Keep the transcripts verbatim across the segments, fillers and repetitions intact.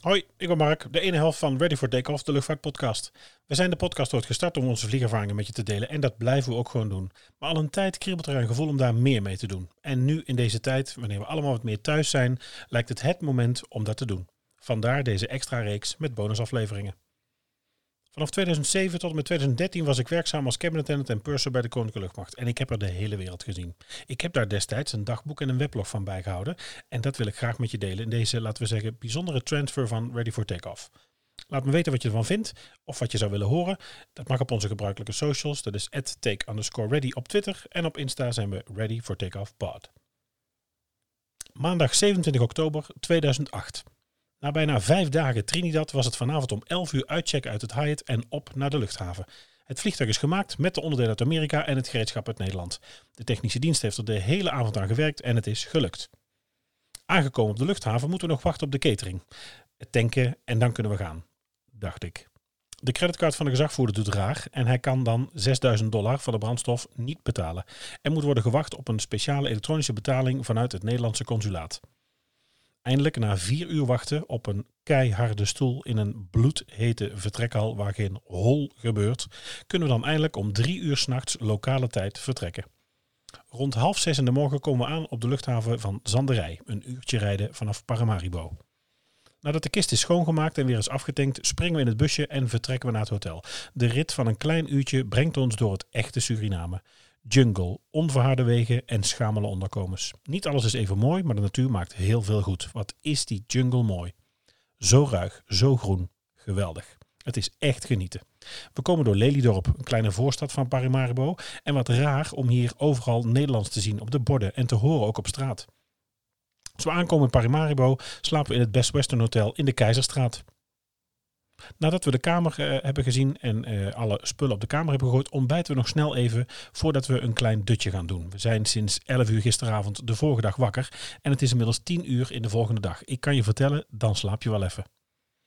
Hoi, ik ben Mark, de ene helft van Ready for Takeoff, de luchtvaartpodcast. We zijn de podcast ooit gestart om onze vliegervaringen met je te delen en dat blijven we ook gewoon doen. Maar al een tijd kriebelt er een gevoel om daar meer mee te doen. En nu in deze tijd, wanneer we allemaal wat meer thuis zijn, lijkt het het moment om dat te doen. Vandaar deze extra reeks met bonusafleveringen. Vanaf tweeduizend zeven tot en met tweeduizend dertien was ik werkzaam als cabin attendant en purser bij de Koninklijke Luchtmacht. En ik heb er de hele wereld gezien. Ik heb daar destijds een dagboek en een weblog van bijgehouden. En dat wil ik graag met je delen in deze, laten we zeggen, bijzondere transfer van Ready for Takeoff. Laat me weten wat je ervan vindt of wat je zou willen horen. Dat mag op onze gebruikelijke socials. Dat is at take underscore ready op Twitter. En op Insta zijn we Ready for Takeoff pod. Maandag zevenentwintig oktober tweeduizend acht. Na bijna vijf dagen Trinidad was het vanavond om elf uur uitchecken uit het Hyatt en op naar de luchthaven. Het vliegtuig is gemaakt met de onderdelen uit Amerika en het gereedschap uit Nederland. De technische dienst heeft er de hele avond aan gewerkt en het is gelukt. Aangekomen op de luchthaven moeten we nog wachten op de catering. Het tanken en dan kunnen we gaan, dacht ik. De creditcard van de gezagvoerder doet raar en hij kan dan zesduizend dollar van de brandstof niet betalen. Er moet worden gewacht op een speciale elektronische betaling vanuit het Nederlandse consulaat. Eindelijk, na vier uur wachten op een keiharde stoel in een bloedhete vertrekhal waar geen hol gebeurt, kunnen we dan eindelijk om drie uur 's nachts lokale tijd vertrekken. Rond half zes in de morgen komen we aan op de luchthaven van Zanderij, een uurtje rijden vanaf Paramaribo. Nadat de kist is schoongemaakt en weer is afgetankt, springen we in het busje en vertrekken we naar het hotel. De rit van een klein uurtje brengt ons door het echte Suriname. Jungle, onverharde wegen en schamele onderkomens. Niet alles is even mooi, maar de natuur maakt heel veel goed. Wat is die jungle mooi. Zo ruig, zo groen. Geweldig. Het is echt genieten. We komen door Lelydorp, een kleine voorstad van Paramaribo. En wat raar om hier overal Nederlands te zien op de borden en te horen ook op straat. Als we aankomen in Paramaribo slapen we in het Best Western Hotel in de Keizerstraat. Nadat we de kamer uh, hebben gezien en uh, alle spullen op de kamer hebben gegooid, ontbijten we nog snel even voordat we een klein dutje gaan doen. We zijn sinds elf uur gisteravond de vorige dag wakker en het is inmiddels tien uur in de volgende dag. Ik kan je vertellen, dan slaap je wel even.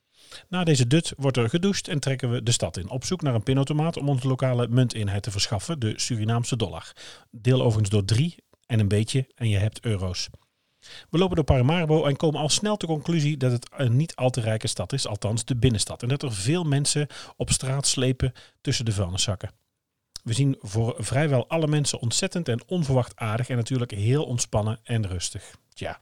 Na deze dut wordt er gedoucht en trekken we de stad in. Op zoek naar een pinautomaat om onze lokale munteenheid te verschaffen, de Surinaamse dollar. Deel overigens door drie en een beetje en je hebt euro's. We lopen door Paramaribo en komen al snel tot de conclusie dat het een niet al te rijke stad is, althans de binnenstad. En dat er veel mensen op straat slepen tussen de vuilniszakken. We zien voor vrijwel alle mensen ontzettend en onverwacht aardig en natuurlijk heel ontspannen en rustig. Tja.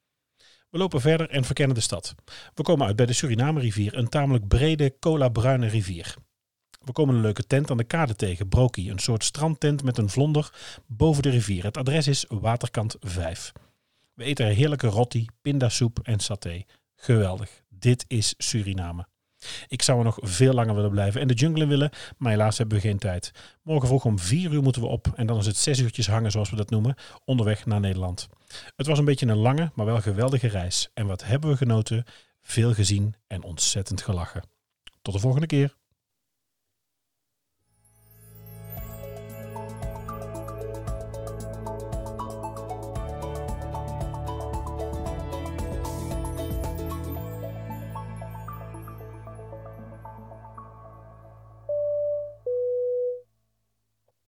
We lopen verder en verkennen de stad. We komen uit bij de Suriname rivier, een tamelijk brede cola-bruine rivier. We komen een leuke tent aan de kade tegen, Broki, een soort strandtent met een vlonder boven de rivier. Het adres is Waterkant vijf. We eten er heerlijke roti, pindasoep en saté. Geweldig. Dit is Suriname. Ik zou er nog veel langer willen blijven en de jungle in willen, maar helaas hebben we geen tijd. Morgen vroeg om vier uur moeten we op en dan is het zes uurtjes hangen, zoals we dat noemen, onderweg naar Nederland. Het was een beetje een lange, maar wel geweldige reis. En wat hebben we genoten? Veel gezien en ontzettend gelachen. Tot de volgende keer.